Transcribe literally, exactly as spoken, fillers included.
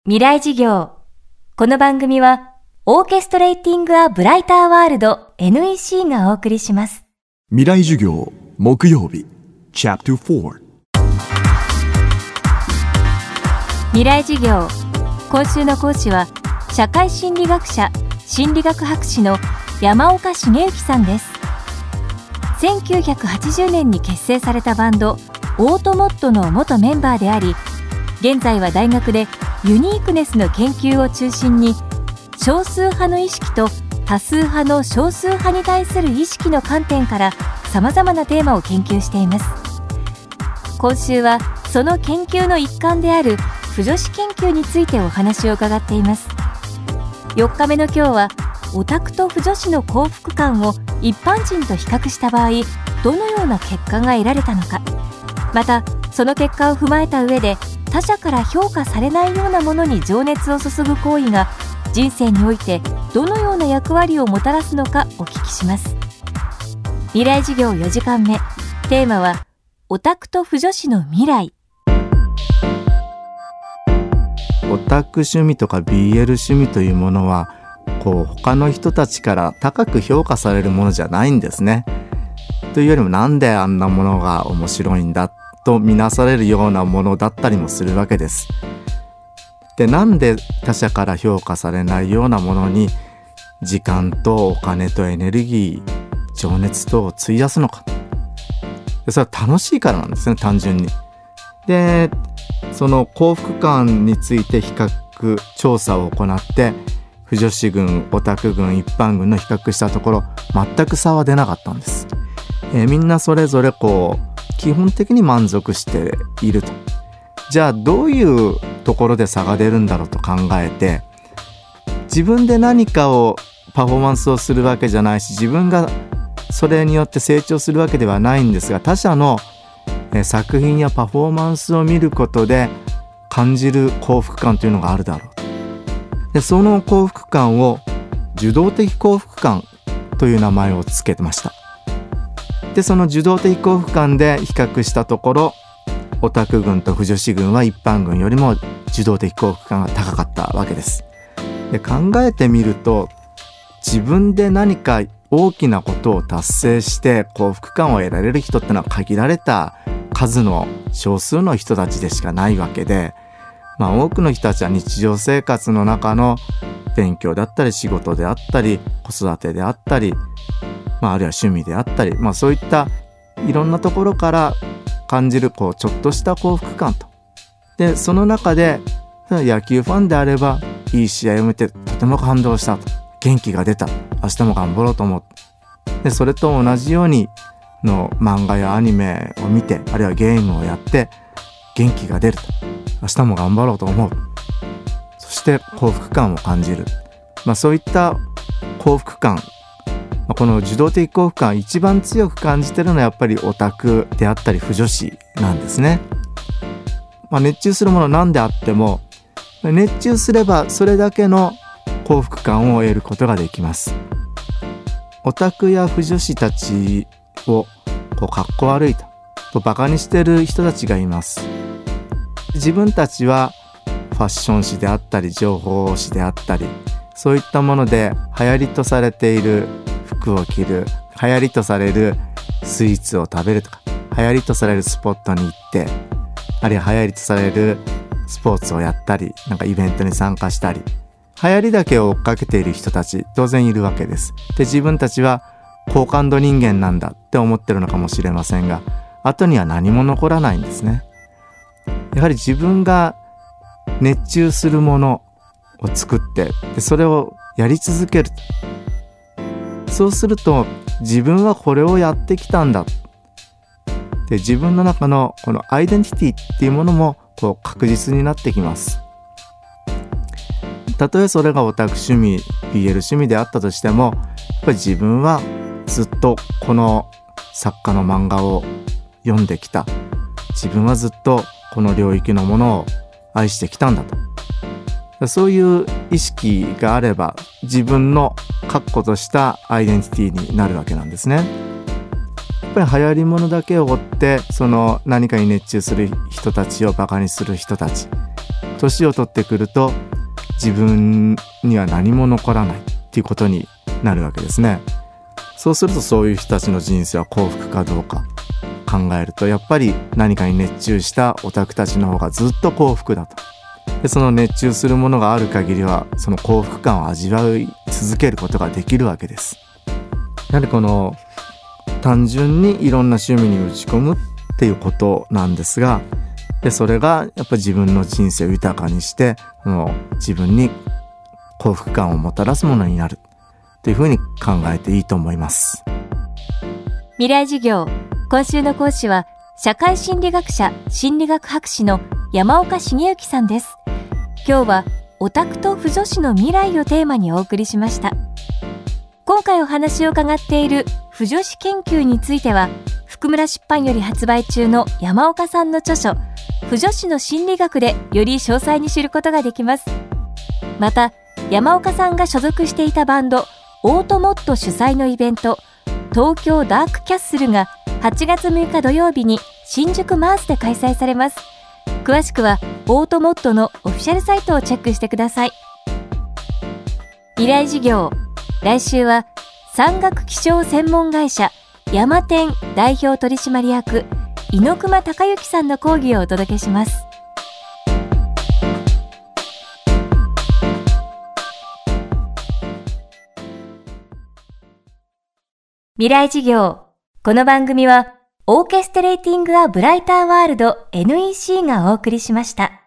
未来事業。この番組はオーケストレーティング・ア・ブライター・ワールド エヌイーシー がお送りします。 未来事業木曜日チャプターよん。 未来事業。今週の講師は社会心理学者、心理学博士の山岡茂之さんです。せんきゅうひゃくはちじゅうねんに結成されたバンドオートモットの元メンバーであり、現在は大学でユニークネスの研究を中心に少数派の意識と多数派の少数派に対する意識の観点からさまざまなテーマを研究しています。今週はその研究の一環である腐女子研究についてお話を伺っています。よっかめの今日はオタクと腐女子の幸福感を一般人と比較した場合、どのような結果が得られたのか、またその結果を踏まえた上で他者から評価されないようなものに情熱を注ぐ行為が人生においてどのような役割をもたらすのかお聞きします。未来事業よじかんめ、テーマはオタクと腐女子の未来。 オタク趣味とか ビーエル 趣味というものはこう他の人たちから高く評価されるものじゃないんですね。というよりも、なんであんなものが面白いんだとみなされるようなものだったりもするわけです。で、なんで他者から評価されないようなものに時間とお金とエネルギー、情熱等を費やすのか。で、それは楽しいからなんですね、単純に。で、その幸福感について比較調査を行って腐女子群、オタク群、一般群の比較したところ、全く差は出なかったんです。えー、みんなそれぞれこう基本的に満足していると。じゃあどういうところで差が出るんだろうと考えて、自分で何かをパフォーマンスをするわけじゃないし、自分がそれによって成長するわけではないんですが、他者の作品やパフォーマンスを見ることで感じる幸福感というのがあるだろう。で、その幸福感を受動的幸福感という名前をつけてました。で、その受動的幸福感で比較したところ、オタク群と腐女子群は一般群よりも受動的幸福感が高かったわけです。で、考えてみると、自分で何か大きなことを達成して幸福感を得られる人ってのは限られた数の少数の人たちでしかないわけで、まあ多くの人たちは日常生活の中の勉強であったり仕事であったり子育てであったり、まああるいは趣味であったり、まあそういったいろんなところから感じるこうちょっとした幸福感と。で、その中で野球ファンであればいい試合を見てとても感動したと。元気が出た。明日も頑張ろうと思う。で、それと同じようにの漫画やアニメを見て、あるいはゲームをやって元気が出ると。明日も頑張ろうと思う。そして幸福感を感じる。まあそういった幸福感、まあ、この受動的幸福感を一番強く感じてるのはやっぱりオタクであったり腐女子なんですね。まあ、熱中するもの何であっても熱中すればそれだけの幸福感を得ることができます。オタクや腐女子たちをこうかっこ悪いと、とバカにしてる人たちがいます。自分たちはファッション誌であったり情報誌であったり、そういったもので流行りとされている服を着る、流行りとされるスイーツを食べるとか、流行りとされるスポットに行って、あるいは流行りとされるスポーツをやったり、なんかイベントに参加したり、流行りだけを追っかけている人たち当然いるわけです。で、自分たちは好感度人間なんだって思ってるのかもしれませんが、後には何も残らないんですね。やはり自分が熱中するものを作って、でそれをやり続ける。そうすると自分はこれをやってきたんだ。で、自分の中のこのアイデンティティっていうものもこう確実になってきます。たとえそれがオタク趣味、ビーエル 趣味であったとしても、やっぱり自分はずっとこの作家の漫画を読んできた。自分はずっとこの領域のものを愛してきたんだと。そういう意識があれば自分の確固としたアイデンティティになるわけなんですね。やっぱり流行り物だけを追ってその何かに熱中する人たちをバカにする人たち、 年を取ってくると自分には何も残らないっていうことになるわけですね。そうするとそういう人たちの人生は幸福かどうか考えると、やっぱり何かに熱中したオタクたちの方がずっと幸福だと。でその熱中するものがある限りはその幸福感を味わい続けることができるわけです。やはりこの単純にいろんな趣味に打ち込むっていうことなんですが、でそれがやっぱり自分の人生を豊かにしてもう自分に幸福感をもたらすものになるというふうに考えていいと思います。 未来授業、今週の講師は社会心理学者心理学博士の山岡茂之さんです。今日はオタクと腐女子の未来をテーマにお送りしました。今回お話を伺っている腐女子研究については、福村出版より発売中の山岡さんの著書腐女子の心理学でより詳細に知ることができます。また山岡さんが所属していたバンドオートモット主催のイベント東京ダークキャッスルがはちがつむいか土曜日に新宿マースで開催されます。詳しくはオートモットのオフィシャルサイトをチェックしてください。未来授業、来週は産学気象専門会社ヤマテン代表取締役猪熊孝之さんの講義をお届けします。未来授業、この番組はオーケストレーティング・ア・ブライター・ワールド エヌイーシー がお送りしました。